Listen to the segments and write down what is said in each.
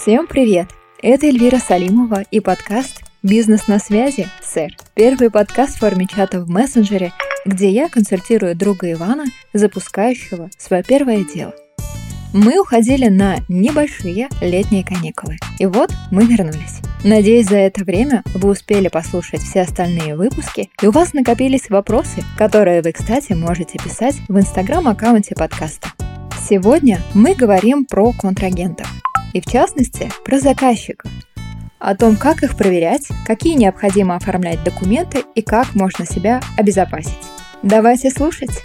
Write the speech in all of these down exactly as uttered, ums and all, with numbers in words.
Всем привет! Это Эльвира Салимова и подкаст «Бизнес на связи, сэр». Первый подкаст в форме чата в мессенджере, где я консультирую друга Ивана, запускающего свое первое дело. Мы уходили на небольшие летние каникулы. И вот мы вернулись. Надеюсь, за это время вы успели послушать все остальные выпуски, и у вас накопились вопросы, которые вы, кстати, можете писать в инстаграм-аккаунте подкаста. Сегодня мы говорим про контрагентов, и в частности, про заказчиков. О том, как их проверять, какие необходимо оформлять документы и как можно себя обезопасить. Давайте слушать!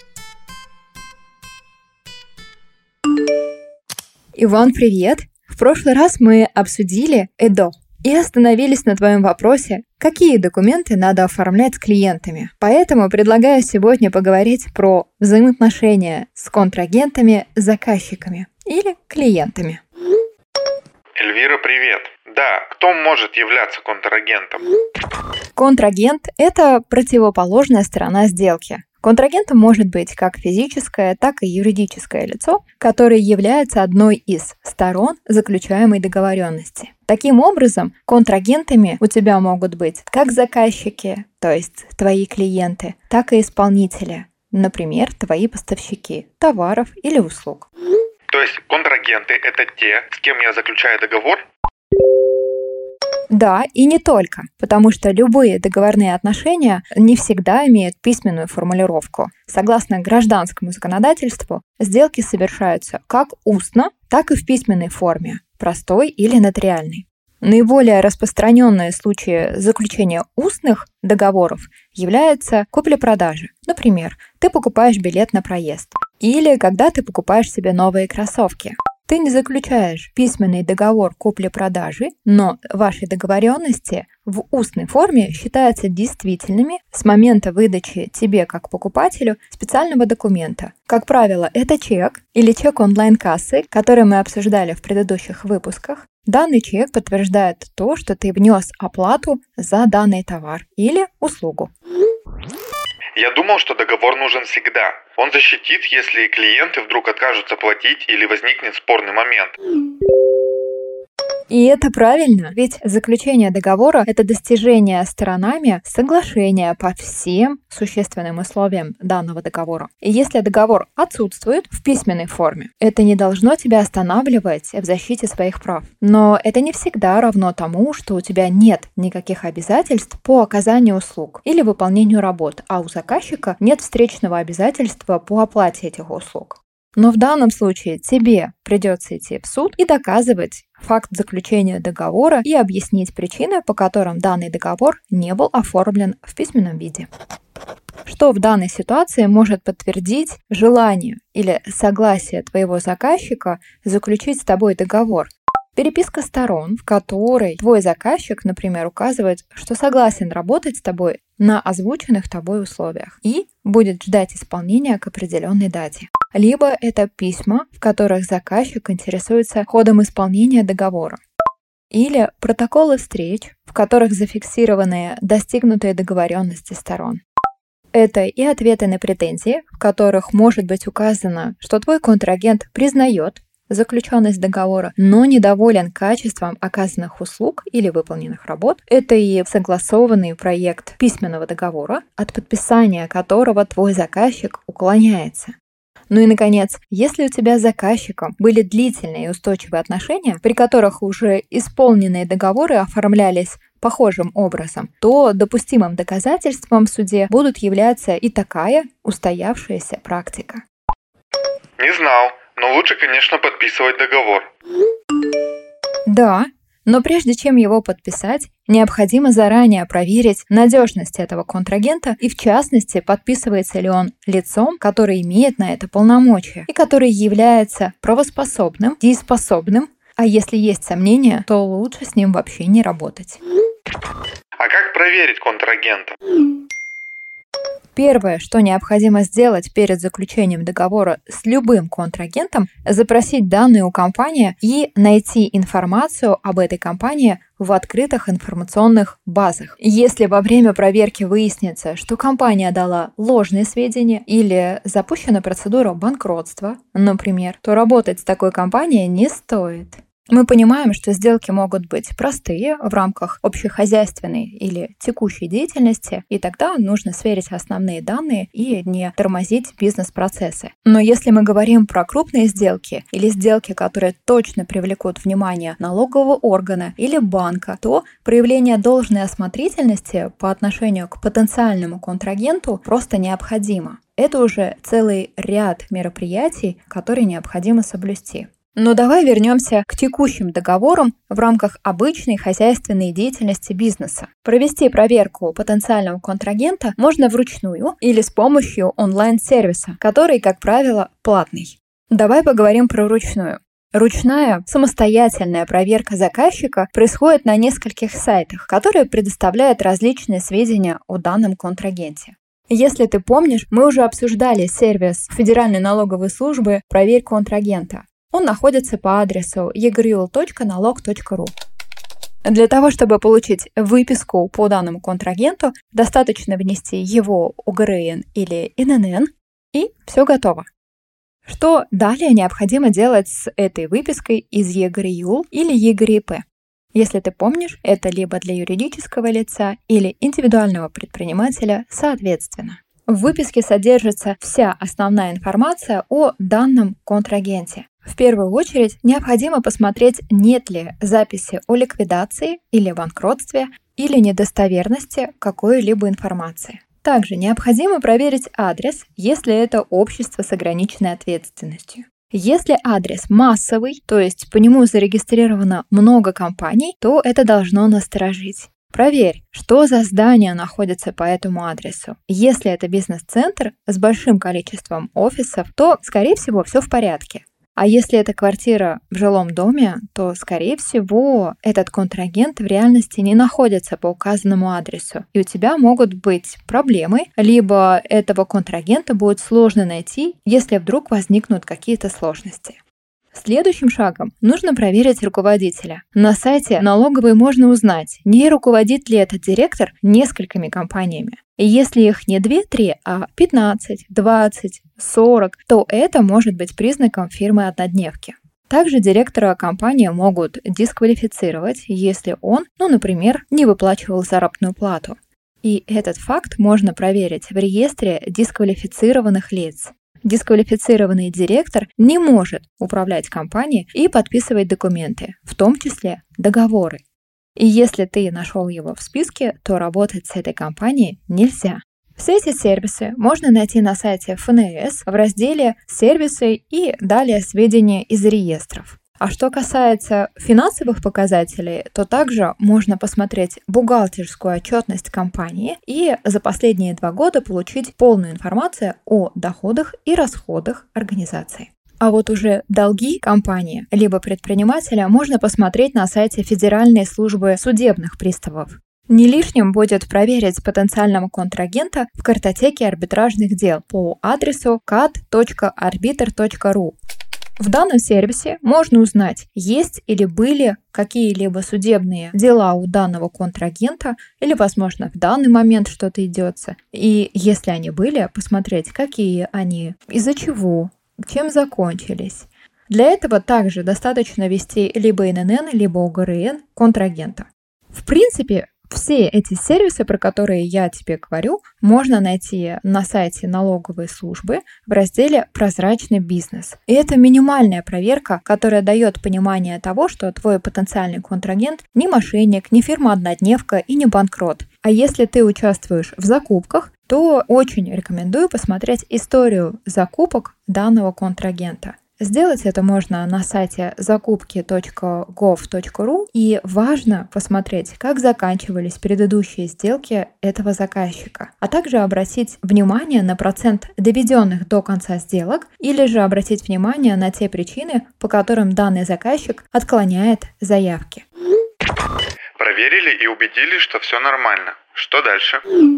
Иван, привет! В прошлый раз мы обсудили ЭДО и остановились на твоем вопросе, какие документы надо оформлять с клиентами. Поэтому предлагаю сегодня поговорить про взаимоотношения с контрагентами, заказчиками или клиентами. Эльвира, привет! Да, кто может являться контрагентом? Контрагент – это противоположная сторона сделки. Контрагентом может быть как физическое, так и юридическое лицо, которое является одной из сторон заключаемой договоренности. Таким образом, контрагентами у тебя могут быть как заказчики, то есть твои клиенты, так и исполнители, например, твои поставщики товаров или услуг. То есть контрагенты – это те, с кем я заключаю договор? Да, и не только, потому что любые договорные отношения не всегда имеют письменную формулировку. Согласно гражданскому законодательству, сделки совершаются как устно, так и в письменной форме, простой или нотариальной. Наиболее распространенные случаи заключения устных договоров являются купли-продажи. Например, ты покупаешь билет на проезд. Или когда ты покупаешь себе новые кроссовки. Ты не заключаешь письменный договор купли-продажи, но ваши договоренности в устной форме считаются действительными с момента выдачи тебе как покупателю специального документа. Как правило, это чек или чек онлайн-кассы, который мы обсуждали в предыдущих выпусках. Данный чек подтверждает то, что ты внес оплату за данный товар или услугу. Я думал, что договор нужен всегда. Он защитит, если клиенты вдруг откажутся платить или возникнет спорный момент. И это правильно, ведь заключение договора – это достижение сторонами соглашения по всем существенным условиям данного договора. И если договор отсутствует в письменной форме, это не должно тебя останавливать в защите своих прав. Но это не всегда равно тому, что у тебя нет никаких обязательств по оказанию услуг или выполнению работ, а у заказчика нет встречного обязательства по оплате этих услуг. Но в данном случае тебе придется идти в суд и доказывать факт заключения договора и объяснить причины, по которым данный договор не был оформлен в письменном виде. Что в данной ситуации может подтвердить желание или согласие твоего заказчика заключить с тобой договор? Переписка сторон, в которой твой заказчик, например, указывает, что согласен работать с тобой на озвученных тобой условиях и будет ждать исполнения к определенной дате. Либо это письма, в которых заказчик интересуется ходом исполнения договора. Или протоколы встреч, в которых зафиксированы достигнутые договоренности сторон. Это и ответы на претензии, в которых может быть указано, что твой контрагент признает заключенность договора, но недоволен качеством оказанных услуг или выполненных работ. Это и согласованный проект письменного договора, от подписания которого твой заказчик уклоняется. Ну и, наконец, если у тебя с заказчиком были длительные и устойчивые отношения, при которых уже исполненные договоры оформлялись похожим образом, то допустимым доказательством в суде будут являться и такая устоявшаяся практика. Не знал, но лучше, конечно, подписывать договор. Да, но прежде чем его подписать, необходимо заранее проверить надежность этого контрагента и, в частности, подписывается ли он лицом, который имеет на это полномочия и который является правоспособным, дееспособным, а если есть сомнения, то лучше с ним вообще не работать. А как проверить контрагента? Первое, что необходимо сделать перед заключением договора с любым контрагентом, запросить данные у компании и найти информацию об этой компании в открытых информационных базах. Если во время проверки выяснится, что компания дала ложные сведения или запущена процедура банкротства, например, то работать с такой компанией не стоит. Мы понимаем, что сделки могут быть простые в рамках общехозяйственной или текущей деятельности, и тогда нужно сверить основные данные и не тормозить бизнес-процессы. Но если мы говорим про крупные сделки или сделки, которые точно привлекут внимание налогового органа или банка, то проявление должной осмотрительности по отношению к потенциальному контрагенту просто необходимо. Это уже целый ряд мероприятий, которые необходимо соблюсти. Но давай вернемся к текущим договорам в рамках обычной хозяйственной деятельности бизнеса. Провести проверку потенциального контрагента можно вручную или с помощью онлайн-сервиса, который, как правило, платный. Давай поговорим про ручную. Ручная самостоятельная проверка заказчика происходит на нескольких сайтах, которые предоставляют различные сведения о данном контрагенте. Если ты помнишь, мы уже обсуждали сервис Федеральной налоговой службы «Проверь контрагента». Он находится по адресу и джи ар ю эл точка налог точка ру. Для того, чтобы получить выписку по данному контрагенту, достаточно внести его о гэ эр эн или эн эн эн, и все готово. Что далее необходимо делать с этой выпиской из и джи ар ю эл или и джи ар и пэ? Если ты помнишь, это либо для юридического лица или индивидуального предпринимателя соответственно. В выписке содержится вся основная информация о данном контрагенте. В первую очередь необходимо посмотреть, нет ли записи о ликвидации или банкротстве или недостоверности какой-либо информации. Также необходимо проверить адрес, если это общество с ограниченной ответственностью. Если адрес массовый, то есть по нему зарегистрировано много компаний, то это должно насторожить. Проверь, что за здание находится по этому адресу. Если это бизнес-центр с большим количеством офисов, то, скорее всего, все в порядке. А если это квартира в жилом доме, то, скорее всего, этот контрагент в реальности не находится по указанному адресу, и у тебя могут быть проблемы, либо этого контрагента будет сложно найти, если вдруг возникнут какие-то сложности. Следующим шагом нужно проверить руководителя. На сайте налоговой можно узнать, не руководит ли этот директор несколькими компаниями. И если их не две-три, а пятнадцать, двадцать, сорок, то это может быть признаком фирмы-однодневки. Также директора компании могут дисквалифицировать, если он, ну, например, не выплачивал заработную плату. И этот факт можно проверить в реестре дисквалифицированных лиц. Дисквалифицированный директор не может управлять компанией и подписывать документы, в том числе договоры. И если ты нашел его в списке, то работать с этой компанией нельзя. Все эти сервисы можно найти на сайте эф эн эс в разделе «Сервисы» и далее сведения из реестров. А что касается финансовых показателей, то также можно посмотреть бухгалтерскую отчетность компании и за последние два года получить полную информацию о доходах и расходах организации. А вот уже долги компании либо предпринимателя можно посмотреть на сайте Федеральной службы судебных приставов. Не лишним будет проверить потенциального контрагента в картотеке арбитражных дел по адресу кат точка арбитр точка ру. В данном сервисе можно узнать, есть или были какие-либо судебные дела у данного контрагента, или, возможно, в данный момент что-то идется. И если они были, посмотреть, какие они, из-за чего, чем закончились. Для этого также достаточно ввести либо эн эн эн, либо о гэ эр эн контрагента. В принципе, все эти сервисы, про которые я тебе говорю, можно найти на сайте налоговой службы в разделе «Прозрачный бизнес». И это минимальная проверка, которая дает понимание того, что твой потенциальный контрагент не мошенник, не фирма-однодневка и не банкрот. А если ты участвуешь в закупках, то очень рекомендую посмотреть историю закупок данного контрагента. Сделать это можно на сайте закупки точка гов точка ру, и важно посмотреть, как заканчивались предыдущие сделки этого заказчика, а также обратить внимание на процент доведенных до конца сделок или же обратить внимание на те причины, по которым данный заказчик отклоняет заявки. Проверили и убедились, что все нормально. Что дальше?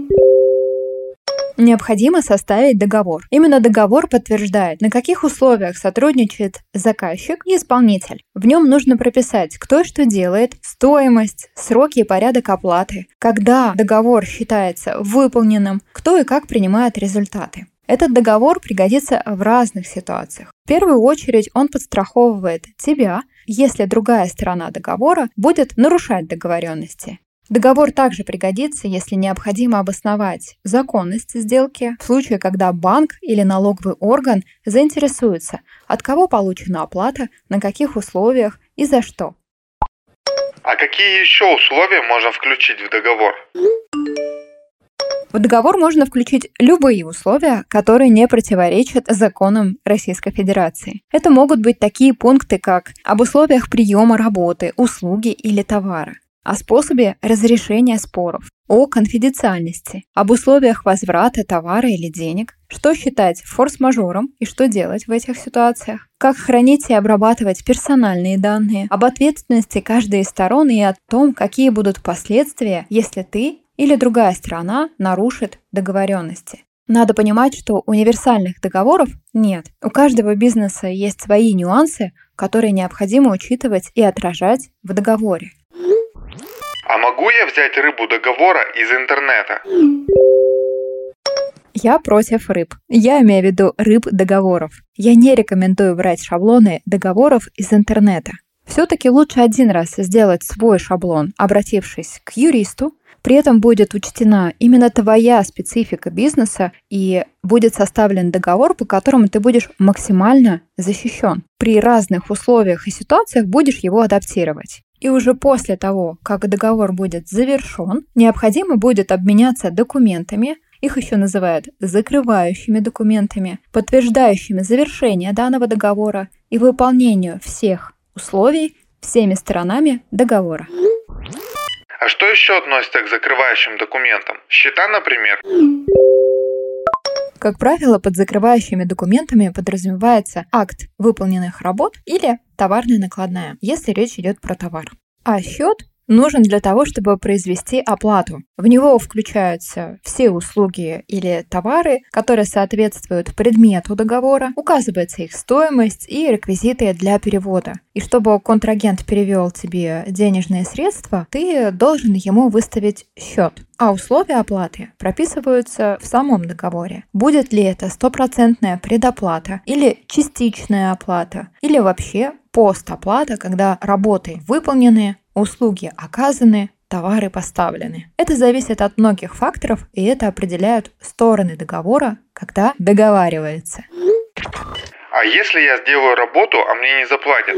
Необходимо составить договор. Именно договор подтверждает, на каких условиях сотрудничает заказчик и исполнитель. В нем нужно прописать, кто и что делает, стоимость, сроки и порядок оплаты, когда договор считается выполненным, кто и как принимает результаты. Этот договор пригодится в разных ситуациях. В первую очередь он подстраховывает тебя если другая сторона договора будет нарушать договоренности. Договор также пригодится, если необходимо обосновать законность сделки в случае, когда банк или налоговый орган заинтересуется, от кого получена оплата, на каких условиях и за что. А какие еще условия можно включить в договор? В договор можно включить любые условия, которые не противоречат законам Российской Федерации. Это могут быть такие пункты, как об условиях приема работы, услуги или товара, о способе разрешения споров, о конфиденциальности, об условиях возврата товара или денег, что считать форс-мажором и что делать в этих ситуациях, как хранить и обрабатывать персональные данные, об ответственности каждой из сторон и о том, какие будут последствия, если ты или другая сторона нарушит договоренности. Надо понимать, что универсальных договоров нет. У каждого бизнеса есть свои нюансы, которые необходимо учитывать и отражать в договоре. А могу я взять рыбу договора из интернета? Я против рыб. Я имею в виду рыб договоров. Я не рекомендую брать шаблоны договоров из интернета. Все-таки лучше один раз сделать свой шаблон, обратившись к юристу. При этом будет учтена именно твоя специфика бизнеса и будет составлен договор, по которому ты будешь максимально защищен. При разных условиях и ситуациях будешь его адаптировать. И уже после того, как договор будет завершен, необходимо будет обменяться документами, их еще называют закрывающими документами, подтверждающими завершение данного договора и выполнение всех условий всеми сторонами договора. А что еще относится к закрывающим документам? Счета, например? Как правило, под закрывающими документами подразумевается акт выполненных работ или товарная накладная, если речь идет про товар. А счет нужен для того, чтобы произвести оплату. В него включаются все услуги или товары, которые соответствуют предмету договора, указывается их стоимость и реквизиты для перевода. И чтобы контрагент перевел тебе денежные средства, ты должен ему выставить счет. А условия оплаты прописываются в самом договоре. Будет ли это стопроцентная предоплата или частичная оплата, или вообще постоплата, когда работы выполнены, услуги оказаны, товары поставлены. Это зависит от многих факторов, и это определяют стороны договора, когда договариваются. А если я сделаю работу, а мне не заплатят?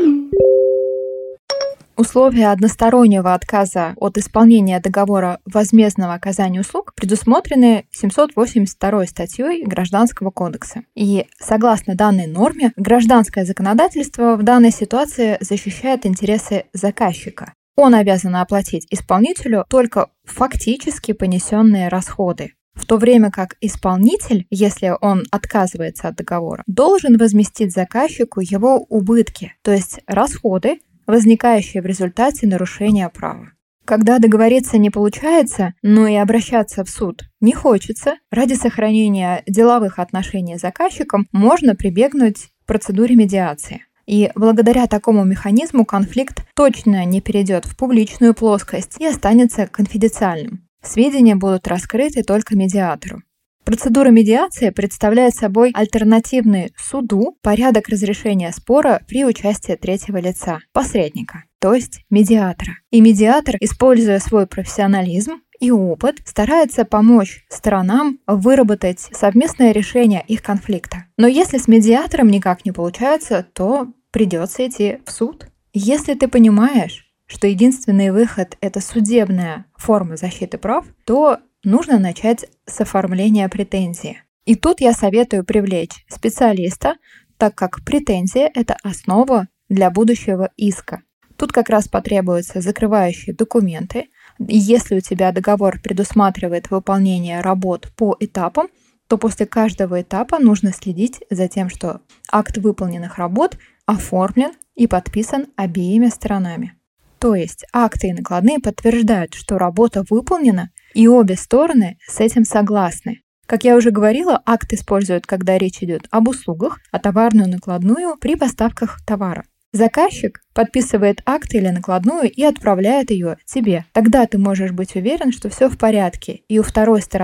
Условия одностороннего отказа от исполнения договора возмездного оказания услуг предусмотрены семьсот восемьдесят второй статьей Гражданского кодекса. И согласно данной норме, гражданское законодательство в данной ситуации защищает интересы заказчика. Он обязан оплатить исполнителю только фактически понесенные расходы, в то время как исполнитель, если он отказывается от договора, должен возместить заказчику его убытки, то есть расходы, возникающие в результате нарушения права. Когда договориться не получается, но и обращаться в суд не хочется, ради сохранения деловых отношений с заказчиком можно прибегнуть к процедуре медиации. И благодаря такому механизму конфликт точно не перейдет в публичную плоскость и останется конфиденциальным. Сведения будут раскрыты только медиатору. Процедура медиации представляет собой альтернативный суду порядок разрешения спора при участии третьего лица, посредника, то есть медиатора. И медиатор, используя свой профессионализм и опыт, старается помочь сторонам выработать совместное решение их конфликта. Но если с медиатором никак не получается, то придется идти в суд. Если ты понимаешь, что единственный выход – это судебная форма защиты прав, то нужно начать с оформления претензии. И тут я советую привлечь специалиста, так как претензия – это основа для будущего иска. Тут как раз потребуются закрывающие документы. И если у тебя договор предусматривает выполнение работ по этапам, то после каждого этапа нужно следить за тем, что акт выполненных работ оформлен и подписан обеими сторонами. То есть акты и накладные подтверждают, что работа выполнена, и обе стороны с этим согласны. Как я уже говорила, акт используют, когда речь идет об услугах, а товарную накладную при поставках товара. Заказчик подписывает акт или накладную и отправляет ее тебе. Тогда ты можешь быть уверен, что все в порядке, и у второй стороны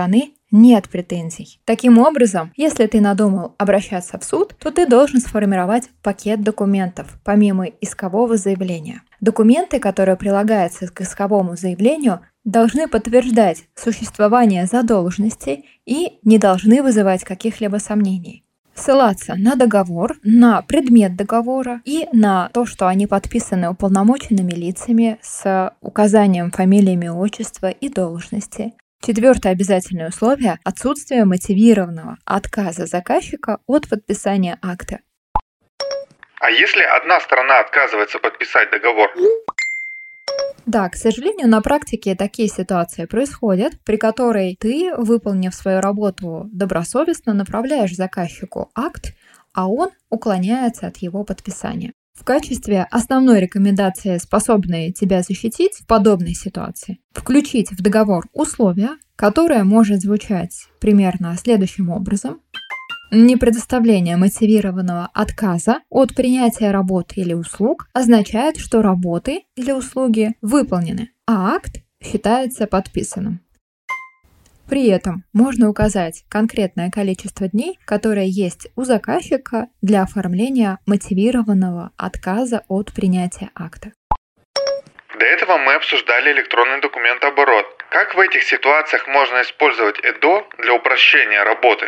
нет претензий. Таким образом, если ты надумал обращаться в суд, то ты должен сформировать пакет документов, помимо искового заявления. Документы, которые прилагаются к исковому заявлению, должны подтверждать существование задолженности и не должны вызывать каких-либо сомнений. Ссылаться на договор, на предмет договора и на то, что они подписаны уполномоченными лицами с указанием фамилии, имя, отчества и должности. Четвертое обязательное условие – отсутствие мотивированного отказа заказчика от подписания акта. А если одна сторона отказывается подписать договор? Да, к сожалению, на практике такие ситуации происходят, при которой ты, выполнив свою работу добросовестно, направляешь заказчику акт, а он уклоняется от его подписания. В качестве основной рекомендации, способной тебя защитить в подобной ситуации, включить в договор условия, которое может звучать примерно следующим образом. Непредоставление мотивированного отказа от принятия работы или услуг означает, что работы или услуги выполнены, а акт считается подписанным. При этом можно указать конкретное количество дней, которое есть у заказчика для оформления мотивированного отказа от принятия акта. До этого мы обсуждали электронный документооборот. Как в этих ситуациях можно использовать ЭДО для упрощения работы?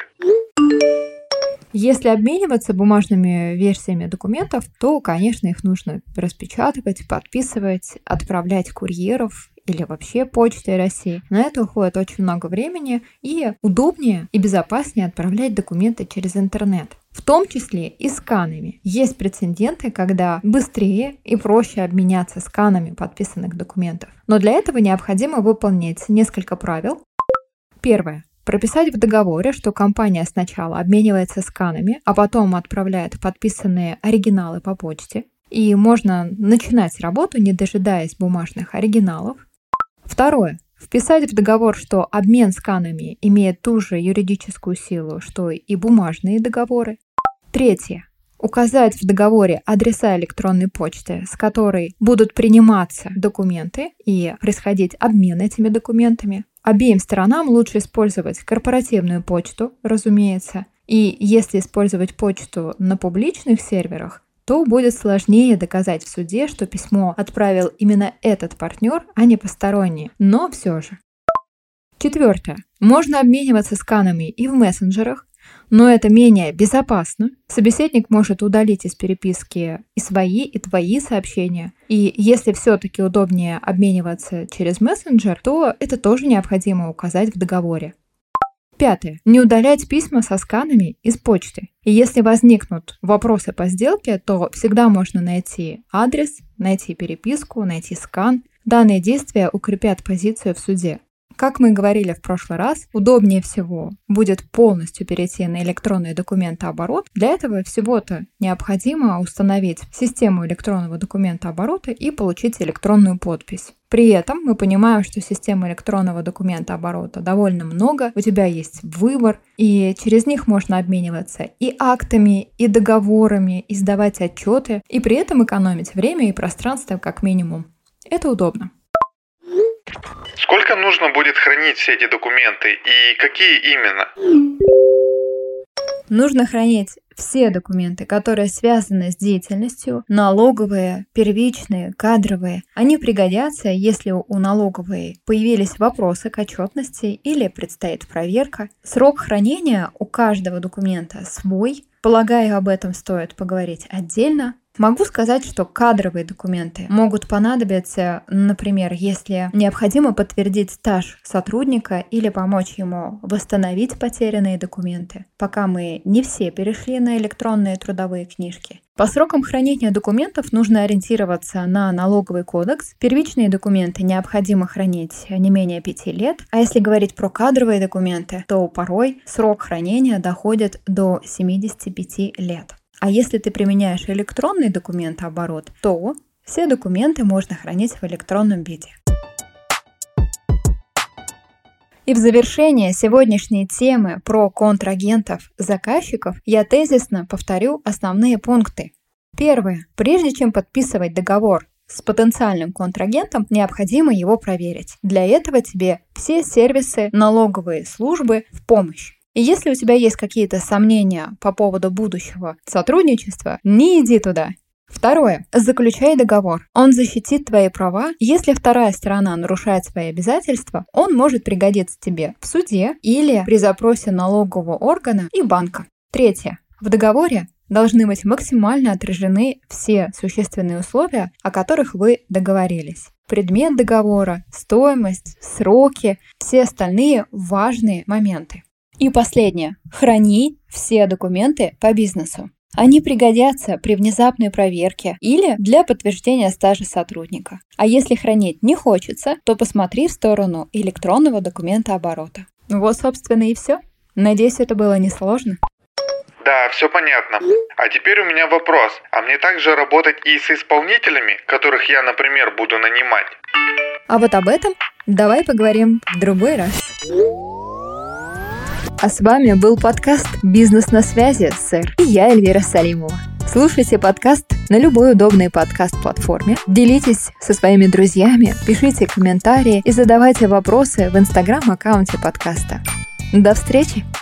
Если обмениваться бумажными версиями документов, то, конечно, их нужно распечатывать, подписывать, отправлять курьеров или вообще почтой России. На это уходит очень много времени, и удобнее и безопаснее отправлять документы через интернет, в том числе и сканами. Есть прецеденты, когда быстрее и проще обменяться сканами подписанных документов. Но для этого необходимо выполнить несколько правил. Первое. Прописать в договоре, что компания сначала обменивается сканами, а потом отправляет подписанные оригиналы по почте. И можно начинать работу, не дожидаясь бумажных оригиналов. Второе. Вписать в договор, что обмен сканами имеет ту же юридическую силу, что и бумажные договоры. Третье. Указать в договоре адреса электронной почты, с которой будут приниматься документы и происходить обмен этими документами. Обеим сторонам лучше использовать корпоративную почту, разумеется. И если использовать почту на публичных серверах, то будет сложнее доказать в суде, что письмо отправил именно этот партнер, а не посторонний. Но все же. Четвертое. Можно обмениваться сканами и в мессенджерах, но это менее безопасно. Собеседник может удалить из переписки и свои, и твои сообщения. И если все-таки удобнее обмениваться через мессенджер, то это тоже необходимо указать в договоре. Пятое. Не удалять письма со сканами из почты. И если возникнут вопросы по сделке, то всегда можно найти адрес, найти переписку, найти скан. Данные действия укрепят позицию в суде. Как мы говорили в прошлый раз, удобнее всего будет полностью перейти на электронный документооборот. Для этого всего-то необходимо установить систему электронного документооборота и получить электронную подпись. При этом мы понимаем, что систем электронного документооборота довольно много, у тебя есть выбор, и через них можно обмениваться и актами, и договорами, и сдавать отчеты, и при этом экономить время и пространство как минимум. Это удобно. Сколько нужно будет хранить все эти документы и какие именно? Нужно хранить все документы, которые связаны с деятельностью, налоговые, первичные, кадровые. Они пригодятся, если у налоговой появились вопросы к отчетности или предстоит проверка. Срок хранения у каждого документа свой. Полагаю, об этом стоит поговорить отдельно. Могу сказать, что кадровые документы могут понадобиться, например, если необходимо подтвердить стаж сотрудника или помочь ему восстановить потерянные документы, пока мы не все перешли на электронные трудовые книжки. По срокам хранения документов нужно ориентироваться на налоговый кодекс. Первичные документы необходимо хранить не менее пяти лет, а если говорить про кадровые документы, то порой срок хранения доходит до семидесяти пяти лет. А если ты применяешь электронный документооборот, то все документы можно хранить в электронном виде. И в завершение сегодняшней темы про контрагентов-заказчиков я тезисно повторю основные пункты. Первое. Прежде чем подписывать договор с потенциальным контрагентом, необходимо его проверить. Для этого тебе все сервисы налоговые службы в помощь. И если у тебя есть какие-то сомнения по поводу будущего сотрудничества, не иди туда. Второе. Заключай договор. Он защитит твои права. Если вторая сторона нарушает свои обязательства, он может пригодиться тебе в суде или при запросе налогового органа и банка. Третье. В договоре должны быть максимально отражены все существенные условия, о которых вы договорились. Предмет договора, стоимость, сроки, все остальные важные моменты. И последнее. Храни все документы по бизнесу. Они пригодятся при внезапной проверке или для подтверждения стажа сотрудника. А если хранить не хочется, то посмотри в сторону электронного документа оборота. Вот, собственно, и все. Надеюсь, это было несложно. Да, все понятно. А теперь у меня вопрос. А мне также работать и с исполнителями, которых я, например, буду нанимать? А вот об этом давай поговорим в другой раз. А с вами был подкаст «Бизнес на связи, сэр». И я, Эльвира Салимова. Слушайте подкаст на любой удобной подкаст-платформе. Делитесь со своими друзьями, пишите комментарии и задавайте вопросы в инстаграм-аккаунте подкаста. До встречи!